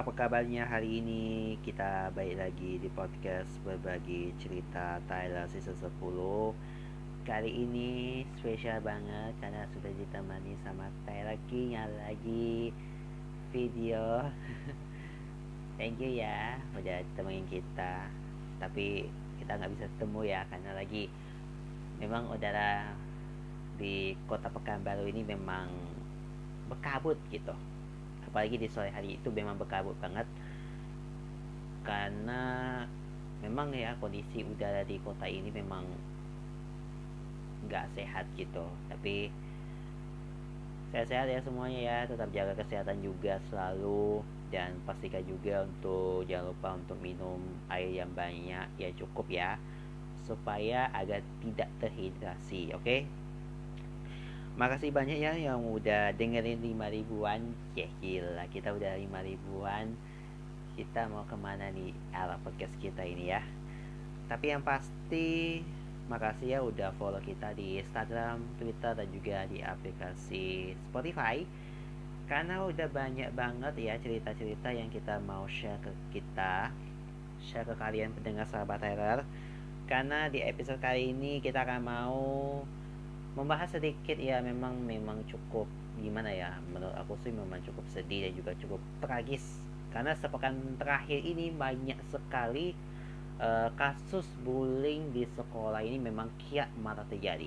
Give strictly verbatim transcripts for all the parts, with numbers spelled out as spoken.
apa kabarnya hari ini? Kita balik lagi di podcast berbagi cerita Thailand season sepuluh. Kali ini spesial banget karena sudah ditemani sama Thailand King yang lagi video. Thank you ya udah temenin kita. Tapi kita nggak bisa ketemu ya karena lagi memang udara di kota Pekanbaru ini memang berkabut gitu. Apalagi di sore hari itu memang berkabut banget karena memang ya kondisi udara di kota ini memang nggak sehat gitu. Tapi sehat-sehat ya semuanya ya, tetap jaga kesehatan juga selalu, dan pastikan juga untuk jangan lupa untuk minum air yang banyak ya, cukup ya, supaya agar tidak terhidrasi. Oke, okay? Makasih banyak ya yang udah dengerin lima ribuan. Ya gila, kita udah lima ribuan. Kita mau kemana nih arah podcast kita ini ya. Tapi yang pasti makasih ya udah follow kita di Instagram, Twitter, dan juga di aplikasi Spotify. Karena udah banyak banget ya cerita-cerita yang kita mau share ke kita, share ke kalian pendengar sahabat teror. Karena di episode kali ini kita akan mau membahas sedikit ya, memang memang cukup gimana ya, menurut aku sih memang cukup sedih dan juga cukup tragis karena sepekan terakhir ini banyak sekali uh, kasus bullying di sekolah ini memang kiat marak terjadi.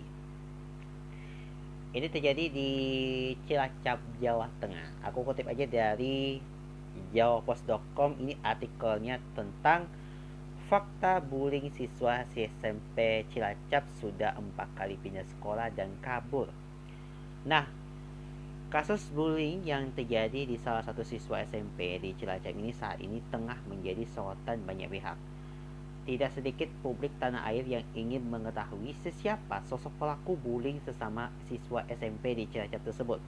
Ini terjadi di Cilacap, Jawa Tengah. Aku kutip aja dari jawapos dot com. Ini artikelnya tentang fakta bullying siswa S M P Cilacap sudah empat kali pindah sekolah dan kabur. Nah, kasus bullying yang terjadi di salah satu siswa S M P di Cilacap ini saat ini tengah menjadi sorotan banyak pihak. Tidak sedikit publik tanah air yang ingin mengetahui siapa sosok pelaku bullying sesama siswa S M P di Cilacap tersebut.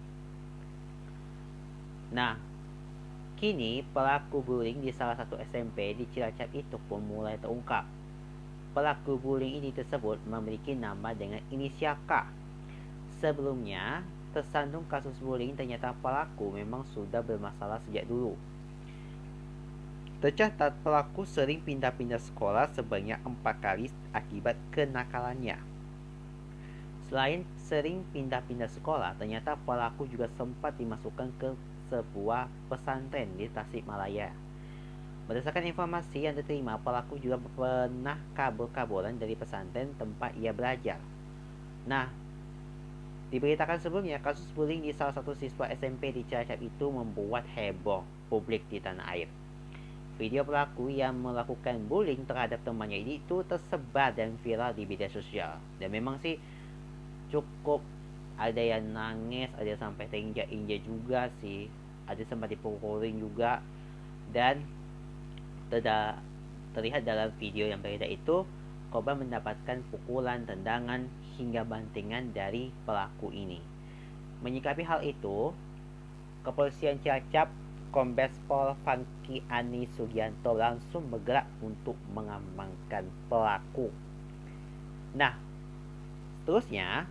Nah, kini pelaku bullying di salah satu S M P di Cilacap itu pun mulai terungkap. Pelaku bullying ini tersebut memiliki nama dengan inisial K. Sebelumnya, tersandung kasus bullying ternyata pelaku memang sudah bermasalah sejak dulu. Tercatat pelaku sering pindah-pindah sekolah sebanyak empat kali akibat kenakalannya. Selain sering pindah-pindah sekolah, ternyata pelaku juga sempat dimasukkan ke sebuah pesantren di Tasikmalaya. Berdasarkan informasi yang diterima, pelaku juga pernah kabur-kaburan dari pesantren tempat ia belajar. Nah, diberitakan sebelumnya kasus bullying di salah satu siswa S M P di Cilacap itu membuat heboh publik di tanah air. Video pelaku yang melakukan bullying terhadap temannya ini itu tersebar dan viral di media sosial. Dan memang sih cukup, ada yang nangis, ada yang sampai terinjak-injak juga sih, ada sempat dipukulin juga. Dan tidak terlihat dalam video yang beredar itu, korban mendapatkan pukulan, tendangan, hingga bantingan dari pelaku ini. Menyikapi hal itu, Kepolisian Cilacap Kombes Pol Franky Ani Sugianto langsung bergerak untuk mengamankan pelaku. Nah, seterusnya,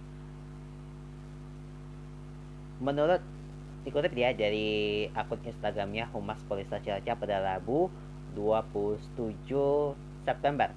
menurut dikutip dia dari akun Instagramnya Humas Polresta Cilacap pada Rabu dua puluh tujuh September.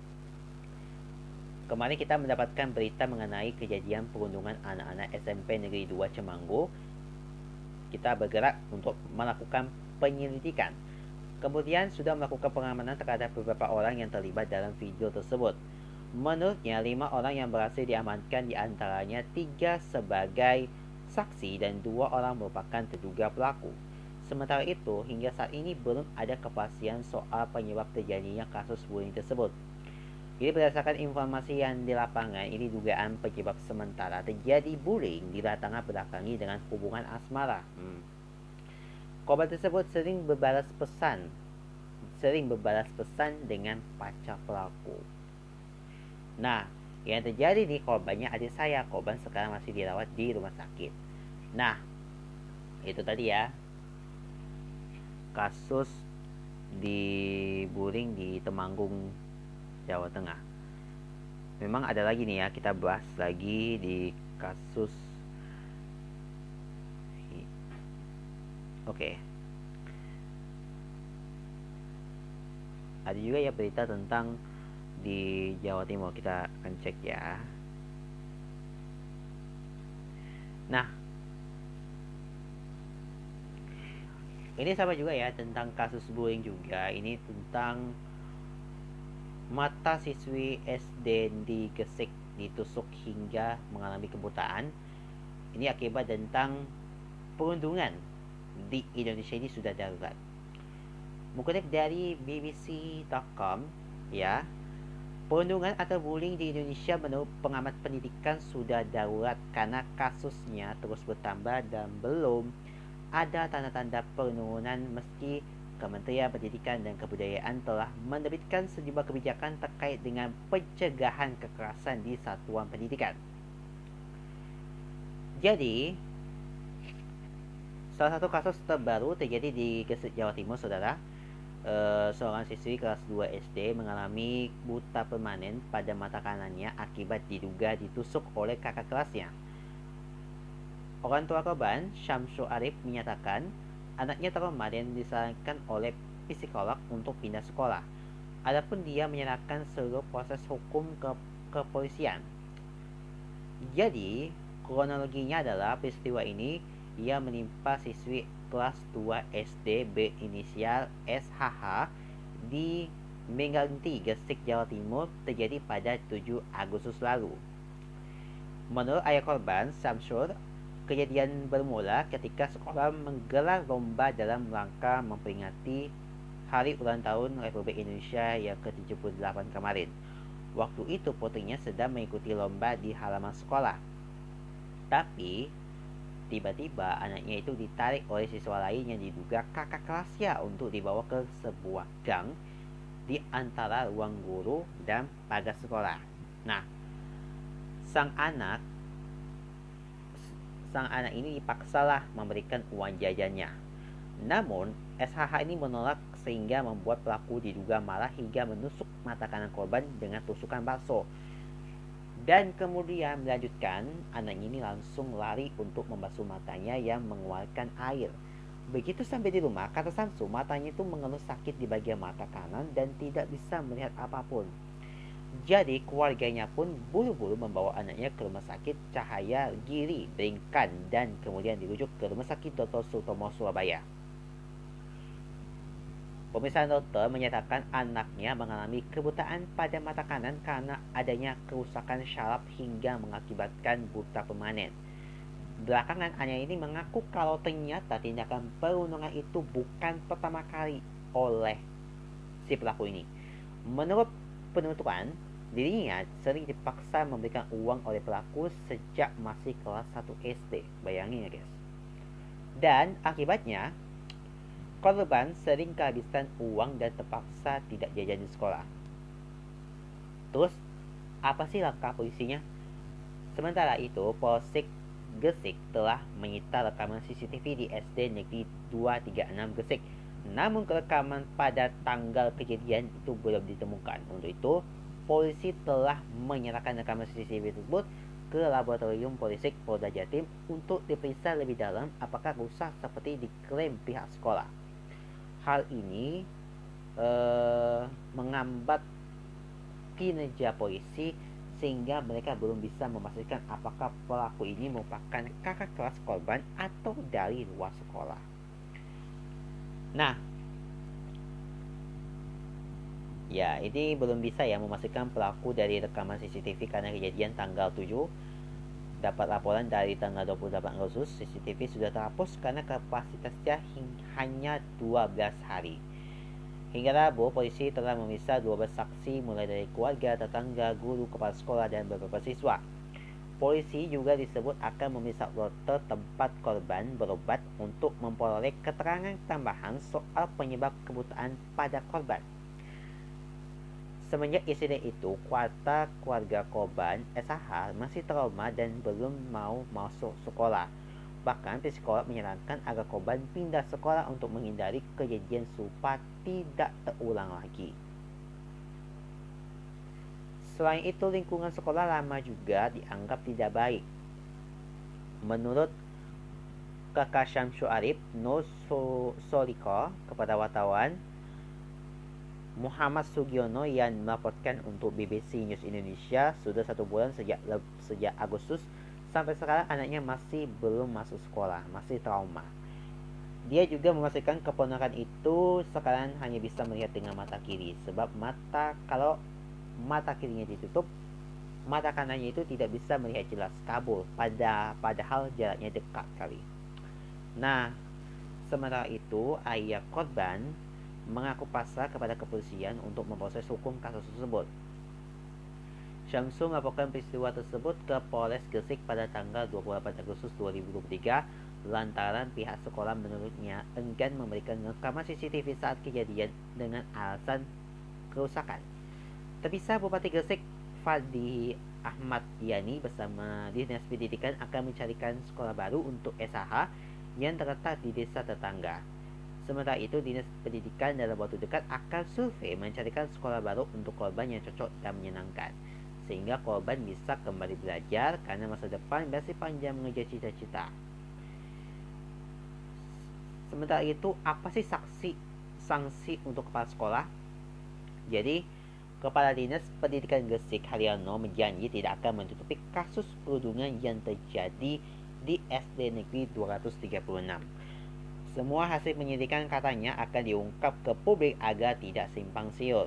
Kemarin kita mendapatkan berita mengenai kejadian perundungan anak-anak S M P Negeri dua Cemanggu. Kita bergerak untuk melakukan penyelidikan. Kemudian sudah melakukan pengamanan terhadap beberapa orang yang terlibat dalam video tersebut. Menurutnya, lima orang yang berhasil diamankan, diantaranya tiga sebagai saksi dan dua orang merupakan terduga pelaku. Sementara itu, hingga saat ini belum ada kepastian soal penyebab terjadinya kasus bullying tersebut. Jadi berdasarkan informasi yang di lapangan, ini dugaan penyebab sementara terjadi bullying dilatar belakangi dengan hubungan asmara. Hmm. Korban tersebut sering berbalas pesan, sering berbalas pesan dengan pacar pelaku. Nah, yang terjadi nih, korbannya adik saya. Korban sekarang masih dirawat di rumah sakit. Nah, itu tadi ya kasus di bullying di Temanggung, Jawa Tengah. Memang ada lagi nih ya, kita bahas lagi di kasus. Oke. Ada juga ya berita tentang di Jawa Timur, kita akan cek ya. Nah, ini sama juga ya tentang kasus bullying juga. Ini tentang mata siswi S D di Gresik ditusuk hingga mengalami kebutaan. Ini akibat tentang perundungan di Indonesia ini sudah darurat. Mengutip dari B B C dot com ya, perundungan atau bullying di Indonesia menurut pengamat pendidikan sudah darurat karena kasusnya terus bertambah dan belum ada tanda-tanda penurunan meski Kementerian Pendidikan dan Kebudayaan telah menerbitkan sejumlah kebijakan terkait dengan pencegahan kekerasan di satuan pendidikan. Jadi, salah satu kasus terbaru terjadi di Gresik, Jawa Timur, saudara. Uh, seorang siswi kelas dua S D mengalami buta permanen pada mata kanannya akibat diduga ditusuk oleh kakak kelasnya. Orang tua korban, Syamsul Arif, menyatakan anaknya trauma dan disarankan oleh psikolog untuk pindah sekolah. Adapun dia menyerahkan seluruh proses hukum ke kepolisian. Jadi, kronologinya adalah peristiwa ini ia menimpa siswi kelas dua S D berinisial S H H di Mengganti, Gresik, Jawa Timur terjadi pada tujuh Agustus lalu. Menurut ayah korban, Syamsul, kejadian bermula ketika sekolah menggelar lomba dalam rangka memperingati Hari Ulang Tahun Republik Indonesia yang ke tujuh puluh delapan kemarin. Waktu itu putrinya sedang mengikuti lomba di halaman sekolah. Tapi tiba-tiba anaknya itu ditarik oleh siswa lain yang diduga kakak kelasnya untuk dibawa ke sebuah gang di antara ruang guru dan pagar sekolah. Nah, sang anak sang anak ini dipaksalah memberikan uang jajannya. Namun, S H H ini menolak sehingga membuat pelaku diduga marah hingga menusuk mata kanan korban dengan tusukan bakso. Dan kemudian melanjutkan, anaknya ini langsung lari untuk membasuh matanya yang mengeluarkan air. Begitu sampai di rumah, kata Samsu, matanya itu mengeluh sakit di bagian mata kanan dan tidak bisa melihat apapun. Jadi keluarganya pun buru-buru membawa anaknya ke rumah sakit Cahaya Giri Bringkan dan kemudian dirujuk ke rumah sakit Doktor Sutomo Surabaya. Pemeriksaan dokter menyatakan anaknya mengalami kebutaan pada mata kanan karena adanya kerusakan syaraf hingga mengakibatkan buta permanen. Belakangan ayah ini mengaku kalau ternyata tindakan perundungan itu bukan pertama kali oleh si pelaku ini. Menurut penuturan, dirinya sering dipaksa memberikan uang oleh pelaku sejak masih kelas satu S D. Bayangin ya guys. Dan akibatnya korban sering kehabisan uang dan terpaksa tidak jajan di sekolah. Terus, apa sih langkah polisinya? Sementara itu, Polsek Gresik telah menyita rekaman C C T V di S D Negeri dua tiga enam Gresik. Namun rekaman pada tanggal kejadian itu belum ditemukan. Untuk itu, polisi telah menyerahkan rekaman C C T V tersebut ke Laboratorium Forensik Polda Jatim untuk diperiksa lebih dalam apakah rusak seperti diklaim pihak sekolah. Hal ini eh, menghambat kinerja polisi sehingga mereka belum bisa memastikan apakah pelaku ini merupakan kakak kelas korban atau dari luar sekolah. Nah, ya ini belum bisa ya memastikan pelaku dari rekaman C C T V karena kejadian tanggal tujuh. Dapat laporan dari tanggal dua puluh delapan Agustus, C C T V sudah terhapus karena kapasitasnya hanya dua belas hari. Hingga Rabu, polisi telah memeriksa dua belas saksi mulai dari keluarga, tetangga, guru, kepala sekolah, dan beberapa siswa. Polisi juga disebut akan memeriksa dokter tempat korban berobat untuk memperoleh keterangan tambahan soal penyebab kebutaan pada korban. Semenjak insiden itu, kuarta keluarga korban S H H masih trauma dan belum mau masuk sekolah. Bahkan psikolog menyarankan agar korban pindah sekolah untuk menghindari kejadian serupa tidak terulang lagi. Selain itu, lingkungan sekolah lama juga dianggap tidak baik. Menurut kakak Syamsul Arif, Nur Soliko, kepada wartawan, Muhammad Sugiono yang melaporkan untuk B B C News Indonesia sudah satu bulan sejak sejak Agustus sampai sekarang anaknya masih belum masuk sekolah, masih trauma. Dia juga memastikan keponakan itu sekarang hanya bisa melihat dengan mata kiri, sebab mata kalau mata kirinya ditutup, mata kanannya itu tidak bisa melihat jelas, kabur, pada padahal jaraknya dekat kali. Nah, sementara itu ayah korban mengaku pasrah kepada kepolisian untuk memproses hukum kasus tersebut. Syamsul melaporkan peristiwa tersebut ke Polres Gresik pada tanggal dua puluh delapan Agustus dua ribu dua puluh tiga lantaran pihak sekolah menurutnya enggan memberikan rekaman C C T V saat kejadian dengan alasan kerusakan. Terpisah, Bupati Gresik Fadli Ahmad Yani bersama Dinas Pendidikan akan mencarikan sekolah baru untuk S H H yang terletak di desa tetangga. Sementara itu, Dinas Pendidikan dalam waktu dekat akan survei mencarikan sekolah baru untuk korban yang cocok dan menyenangkan, sehingga korban bisa kembali belajar karena masa depan masih panjang mengejar cita-cita. Sementara itu, apa sih saksi sanksi untuk kepala sekolah? Jadi, Kepala Dinas Pendidikan Gresik Haryono menjanji tidak akan menutupi kasus perundungan yang terjadi di S D Negeri dua ratus tiga puluh enam. Semua hasil penyidikan katanya akan diungkap ke publik agar tidak simpang siur.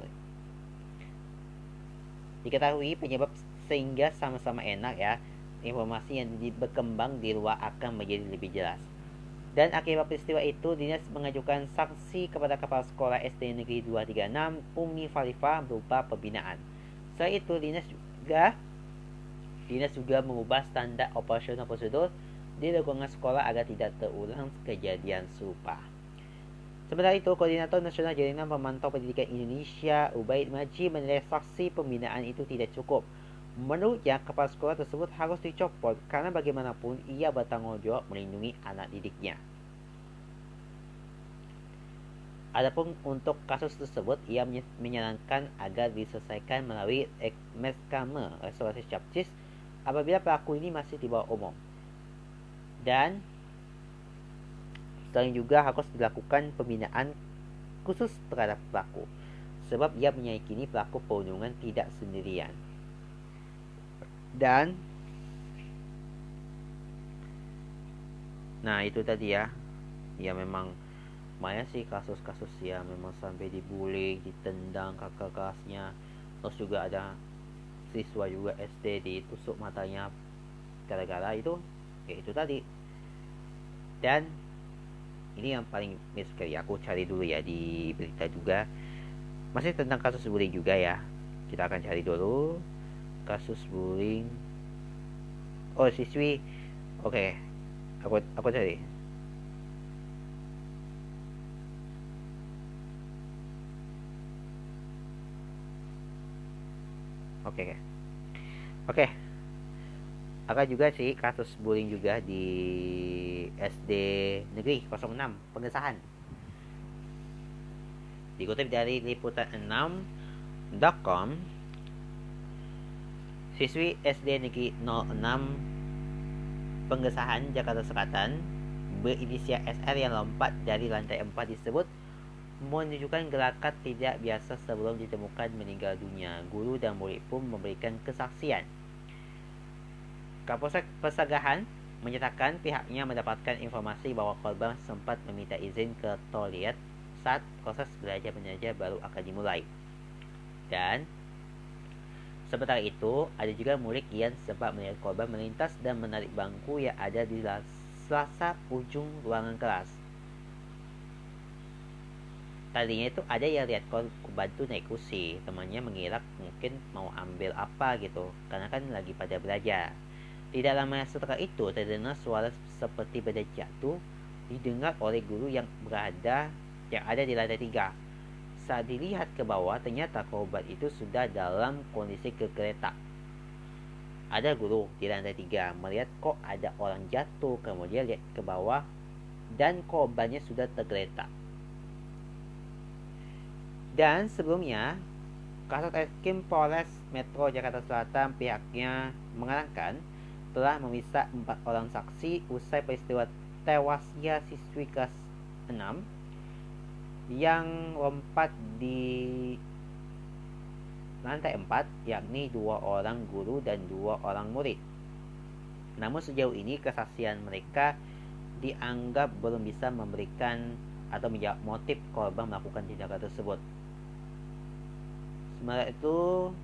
Diketahui penyebab sehingga sama-sama enak ya, informasi yang berkembang di luar akan menjadi lebih jelas. Dan akibat peristiwa itu, Dinas mengajukan sanksi kepada kepala sekolah S D Negeri dua tiga enam Umi Falifah berupa pembinaan. Selain itu, Dinas juga Dinas juga mengubah standar operasional prosedur di lingkungan sekolah agar tidak terulang kejadian serupa. Sementara itu, Koordinator Nasional Jaringan Pemantau Pendidikan Indonesia, Ubaid Maji, menilai sanksi pembinaan itu tidak cukup. Menurutnya, kepala sekolah tersebut harus dicopot karena bagaimanapun ia bertanggung jawab melindungi anak didiknya. Adapun untuk kasus tersebut, ia menyarankan agar diselesaikan melalui mekanisme restoratif justice apabila pelaku ini masih di bawah umur. Dan selain juga harus dilakukan pembinaan khusus terhadap pelaku, sebab ia meyakini pelaku perundungan tidak sendirian. Dan nah itu tadi ya, ya memang banyak sih kasus-kasus yang memang sampai dibully, ditendang kakak kelasnya. Terus juga ada siswa juga S D ditusuk matanya gara-gara itu, ya itu tadi. Dan ini yang paling misteri, aku cari dulu ya di berita juga, masih tentang kasus bullying juga ya. Kita akan cari dulu kasus bullying. Oh, siswi. Oke, aku aku cari. Oke, okay. oke. Okay. Ada juga sih kasus bullying juga di S D Negeri nol enam Pengesahan. Dikutip dari liputan enam titik com, siswi S D Negeri nol enam Pengesahan, Jakarta Selatan berinisial S R yang lompat dari lantai empat disebut menunjukkan gerakan tidak biasa sebelum ditemukan meninggal dunia. Guru dan murid pun memberikan kesaksian. Kapolsek Pesagahan menyatakan pihaknya mendapatkan informasi bahwa korban sempat meminta izin ke toilet saat proses belajar mengajar baru akan dimulai. Dan sementara itu, ada juga murid yang sempat melihat korban melintas dan menarik bangku yang ada di salah ujung ruangan kelas. Tadinya itu ada yang lihat korban itu naik kursi, temannya mengira mungkin mau ambil apa gitu, karena kan lagi pada belajar. Tidak lama setelah itu, terdengar suara seperti benda jatuh didengar oleh guru yang berada yang ada di lantai tiga. Saat dilihat ke bawah, ternyata korban itu sudah dalam kondisi kegeletak. Ada guru di lantai tiga melihat kok ada orang jatuh, kemudian lihat ke bawah dan korbannya sudah tergeletak. Dan sebelumnya, Kasat Reskrim Polres Metro Jakarta Selatan pihaknya mengatakan telah memeriksa empat orang saksi usai peristiwa tewasnya siswi kelas enam yang lompat di lantai empat, yakni dua orang guru dan dua orang murid. Namun sejauh ini kesaksian mereka dianggap belum bisa memberikan atau menjawab motif korban melakukan tindakan tersebut. Sementara itu,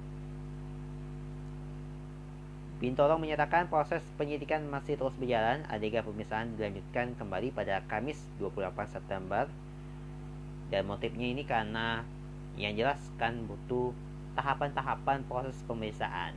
Bintoro menyatakan proses penyidikan masih terus berjalan. Adegan pemeriksaan dilanjutkan kembali pada Kamis dua puluh delapan September. Dan motifnya ini karena yang jelas kan butuh tahapan-tahapan proses pemeriksaan.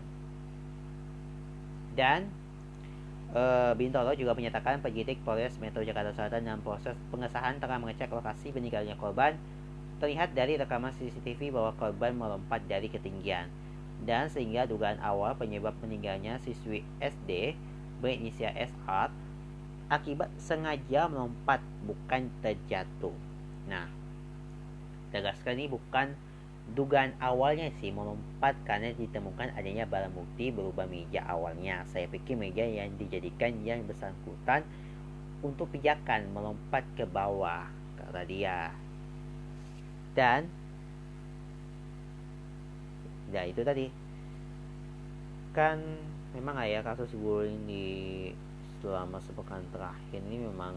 Dan e, Bintoro juga menyatakan penyidik Polres Metro Jakarta Selatan dalam proses pengesahan tengah mengecek lokasi meninggalnya korban. Terlihat dari rekaman C C T V bahwa korban melompat dari ketinggian, dan sehingga dugaan awal penyebab meninggalnya siswi S D berinisial S R akibat sengaja melompat, bukan terjatuh. Nah, tegaskan ini bukan dugaan awalnya sih melompat karena ditemukan adanya barang bukti berupa meja awalnya. Saya pikir meja yang dijadikan yang bersangkutan untuk pijakan melompat ke bawah, kata dia. Dan ya itu tadi kan memang ya kasus bullying di selama sepekan terakhir ini memang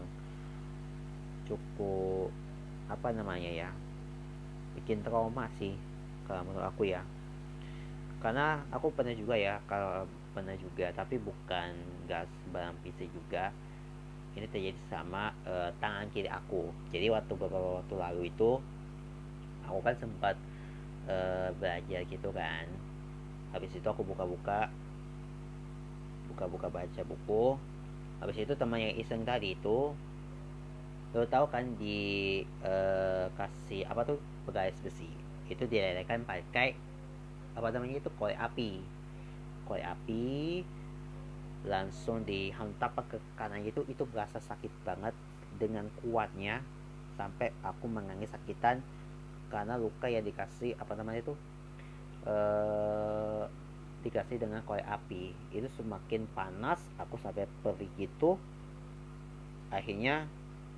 cukup apa namanya ya, bikin trauma sih kalau menurut aku ya. Karena aku pernah juga ya, kalau pernah juga, tapi bukan gas barang fisik juga. Ini terjadi sama uh, tangan kiri aku. Jadi waktu beberapa waktu lalu itu aku kan sempat uh, belajar gitu kan. Habis itu aku buka-buka buka-buka baca buku. Habis itu teman yang iseng tadi itu, lo tahu kan di uh, kasih apa tuh penggaris besi itu dilelekan pakai apa namanya itu korek api. Korek api langsung dihantam ke kanan itu itu berasa sakit banget dengan kuatnya sampai aku menangis sakitan karena luka yang dikasih apa namanya itu eh, dikasih dengan korek api itu semakin panas. Aku sampai perih gitu, akhirnya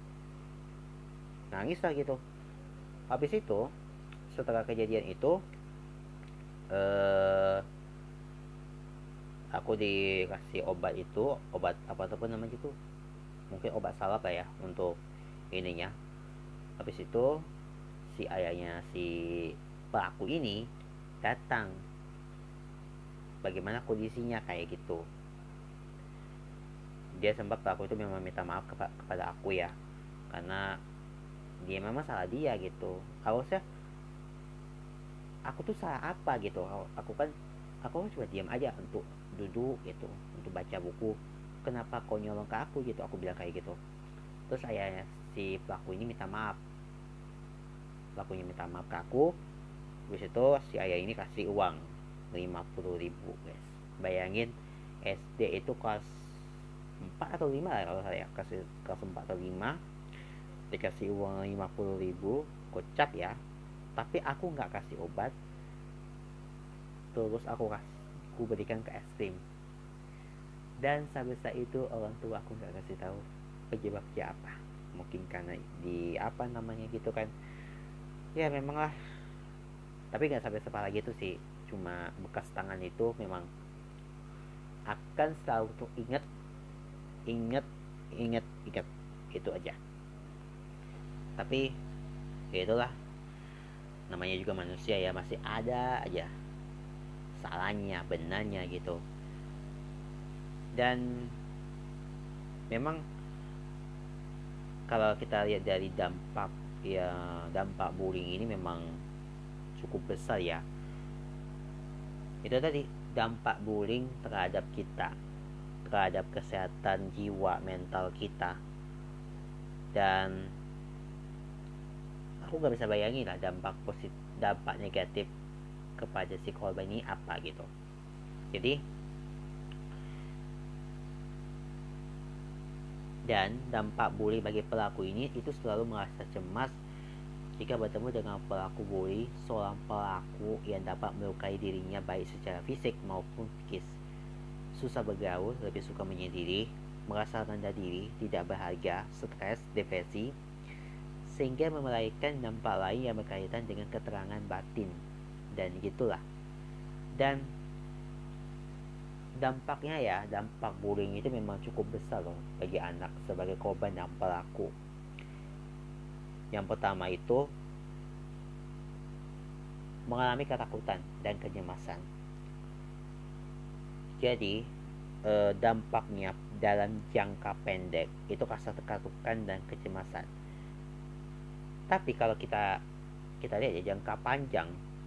nangis lah gitu. Habis itu setelah kejadian itu eh, aku dikasih obat itu, obat apa ataupun namanya itu, mungkin obat salep lah ya untuk ininya. Habis itu si ayahnya si pelaku ini datang, bagaimana kondisinya kayak gitu. Dia sempat pelaku itu memang minta maaf kepa- kepada aku ya, karena dia memang salah dia gitu. Harusnya aku tuh salah apa gitu. Aku kan aku cuma diam aja untuk duduk gitu, untuk baca buku. Kenapa kau nyolong ke aku gitu, aku bilang kayak gitu. Terus ayahnya si pelaku ini minta maaf. Pelakunya minta maaf ke aku. Habis itu si ayah ini kasih uang lima puluh ribu guys. Bayangin S D itu kelas empat atau lima lah kalau saya, kasih kelas empat atau lima dikasih uang lima puluh ribu, kocak ya. Tapi aku nggak kasih obat, terus aku kasih aku berikan ke es krim. Dan sampai saat itu orang tua aku nggak kasih tahu penyebabnya apa. Mungkin karena di apa namanya gitu kan, ya memang lah. Tapi nggak sampai separah gitu sih, cuma bekas tangan itu memang akan selalu tuh inget inget inget inget itu aja. Tapi ya itulah, namanya juga manusia ya, masih ada aja salahnya benarnya gitu. Dan memang kalau kita lihat dari dampak ya, dampak bullying ini memang cukup besar ya. Itu tadi dampak bullying terhadap kita, terhadap kesehatan jiwa mental kita. Dan aku gak bisa bayangin lah dampak positif, dampak negatif kepada si korban ini apa gitu. Jadi dan dampak bully bagi pelaku ini itu selalu merasa cemas jika bertemu dengan pelaku bully, seorang pelaku yang dapat melukai dirinya baik secara fisik maupun psikis. Susah bergaul, lebih suka menyendiri, merasa rendah diri, tidak berharga, stres, depresi, sehingga melahirkan dampak lain yang berkaitan dengan keterangan batin. Dan gitulah. Dan dampaknya ya, dampak bullying itu memang cukup besar loh bagi anak sebagai korban dan pelaku. Yang pertama itu mengalami ketakutan dan kecemasan. Jadi eh, dampaknya dalam jangka pendek itu rasa ketakutan dan kecemasan. Tapi kalau kita kita lihat ya, jangka panjang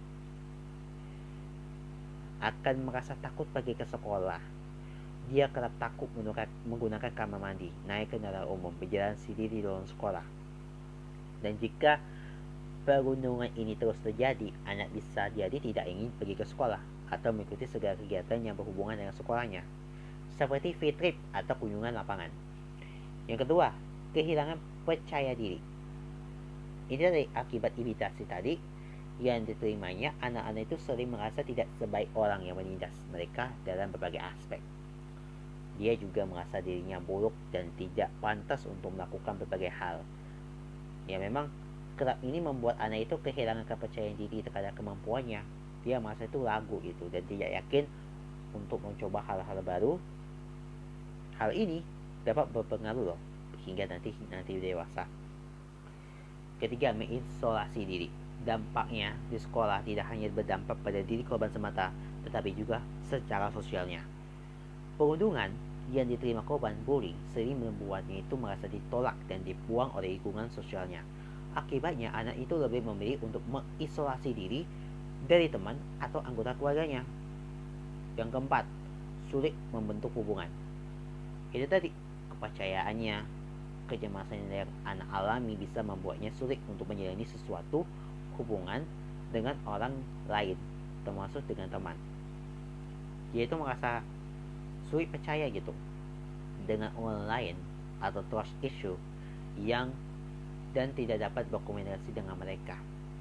akan merasa takut pergi ke sekolah. Dia kerap takut menggunakan kamar mandi, naik kendaraan umum, berjalan sendiri di dalam sekolah. Dan jika perundungan ini terus terjadi, anak bisa jadi tidak ingin pergi ke sekolah atau mengikuti segala kegiatan yang berhubungan dengan sekolahnya, seperti field trip atau kunjungan lapangan. Yang kedua, kehilangan percaya diri. Ini dari akibat imitasi tadi yang diterimanya, anak-anak itu sering merasa tidak sebaik orang yang menindas mereka dalam berbagai aspek. Dia juga merasa dirinya buruk dan tidak pantas untuk melakukan berbagai hal. Ya memang kerap ini membuat anak itu kehilangan kepercayaan diri terhadap kemampuannya. Dia merasa itu ragu gitu dan tidak yakin untuk mencoba hal-hal baru. Hal ini dapat berpengaruh loh hingga nanti nanti dewasa. Ketiga, mengisolasi diri. Dampaknya di sekolah tidak hanya berdampak pada diri korban semata, tetapi juga secara sosialnya. Perundungan yang diterima korban bullying sering membuatnya itu merasa ditolak dan dibuang oleh lingkungan sosialnya. Akibatnya, anak itu lebih memilih untuk mengisolasi diri dari teman atau anggota keluarganya. Yang keempat, sulit membentuk hubungan. Itu tadi, kepercayaannya, kecemasan yang anak alami bisa membuatnya sulit untuk menjalani sesuatu hubungan dengan orang lain, termasuk dengan teman. Dia itu merasa sulit percaya gitu dengan orang lain atau trust issue yang dan tidak dapat berkomunikasi dengan mereka.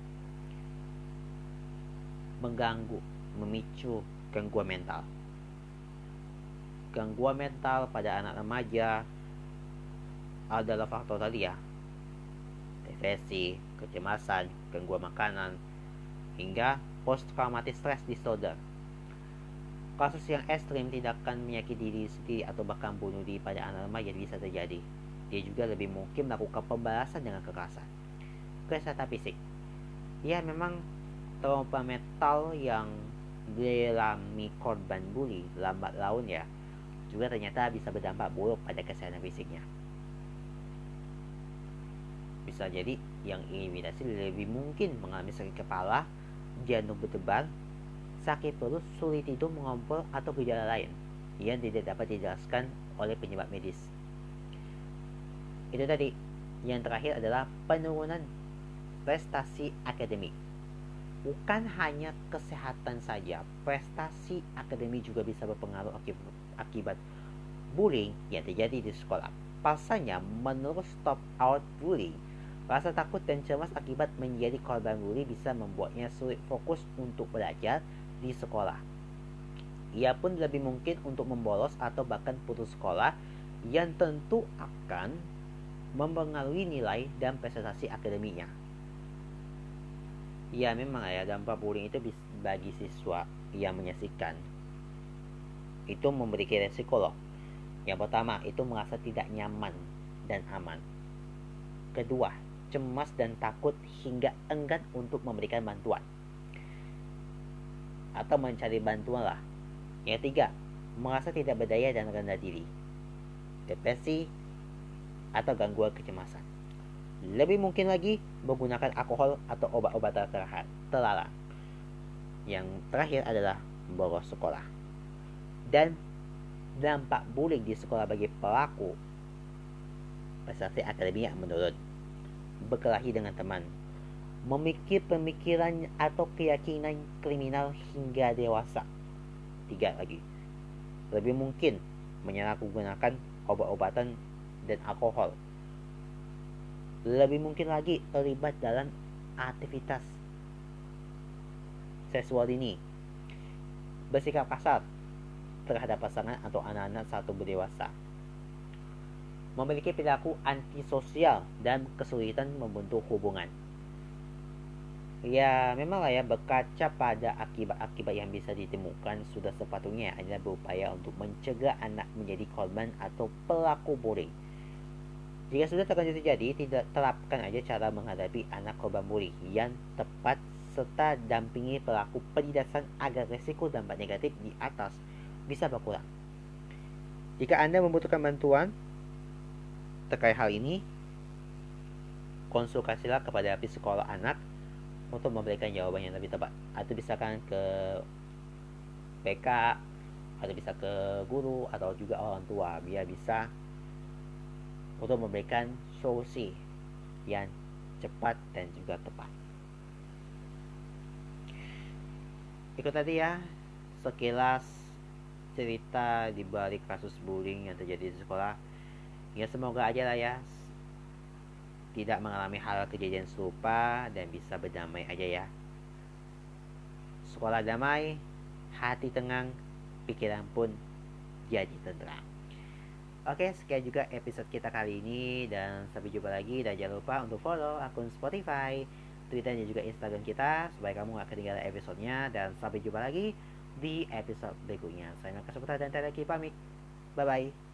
Mengganggu, memicu gangguan mental. Gangguan mental pada anak remaja adalah faktor tadi ya, depresi, kecemasan, gangguan makanan, hingga post-traumatic stress disorder. Kasus yang ekstrim tindakan menyakiti diri sendiri atau bahkan bunuh diri pada anak remaja bisa terjadi. Dia juga lebih mungkin melakukan pembalasan dengan kekerasan. Kesehatan fisik. Ya memang trauma mental yang dialami korban bully lambat laun ya juga ternyata bisa berdampak buruk pada kesehatan fisiknya. Bisa jadi yang imitasi lebih mungkin mengalami sakit kepala, jantung berdebar, sakit perut, sulit tidur, mengompol, atau gejala lain yang tidak dapat dijelaskan oleh penyebab medis. Itu tadi. Yang terakhir adalah penurunan prestasi akademik. Bukan hanya kesehatan saja, prestasi akademik juga bisa berpengaruh akibat bullying yang terjadi di sekolah. Pasalnya, menurut Stop Out Bullying, rasa takut dan cemas akibat menjadi korban bully bisa membuatnya sulit fokus untuk belajar di sekolah. Ia pun lebih mungkin untuk membolos atau bahkan putus sekolah, yang tentu akan mempengaruhi nilai dan prestasi akademiknya. Ya memang ya, dampak bullying itu bagi siswa yang menyaksikan itu memiliki resiko loh. Yang pertama itu merasa tidak nyaman dan aman. Kedua, cemas dan takut hingga enggan untuk memberikan bantuan atau mencari bantuan lah. Yang tiga, merasa tidak berdaya dan rendah diri, depresi atau gangguan kecemasan. Lebih mungkin lagi menggunakan alkohol atau obat-obatan terlarang. Yang terakhir adalah bolos sekolah. Dan dampak bullying di sekolah bagi pelaku prestasi akademik menurun, berkelahi dengan teman, memikir pemikiran atau keyakinan kriminal hingga dewasa. Tiga lagi, lebih mungkin menyalahgunakan obat-obatan dan alkohol. Lebih mungkin lagi terlibat dalam aktivitas seksual dini, bersikap kasar terhadap pasangan atau anak-anak saat berdewasa. memiliki perilaku antisosial dan kesulitan membentuk hubungan. Ya, memang lah ya, berkaca pada akibat-akibat yang bisa ditemukan, sudah sepatutnya adalah berupaya untuk mencegah anak menjadi korban atau pelaku bullying. Jika sudah terlanjur terjadi, tidak terapkan aja cara menghadapi anak korban bullying yang tepat serta dampingi pelaku penindasan agar resiko dampak negatif di atas bisa berkurang. Jika Anda membutuhkan bantuan terkait hal ini, konsultasilah kepada psikolog anak untuk memberikan jawaban yang lebih tepat, atau misalkan ke P K, atau bisa ke guru atau juga orang tua, biar bisa untuk memberikan solusi yang cepat dan juga tepat. Ikut tadi ya sekilas cerita di balik kasus bullying yang terjadi di sekolah. Ya semoga aja lah ya tidak mengalami hal kejadian serupa dan bisa berdamai aja ya. Sekolah damai, hati tenang, pikiran pun jadi tenteram. Oke, sekian juga episode kita kali ini, dan sampai jumpa lagi. Dan jangan lupa untuk follow akun Spotify, Twitter dan juga Instagram kita supaya kamu gak ketinggalan episodenya. Dan sampai jumpa lagi di episode berikutnya. Saya Maka Saputra dan Tera Ki pamit. Bye bye.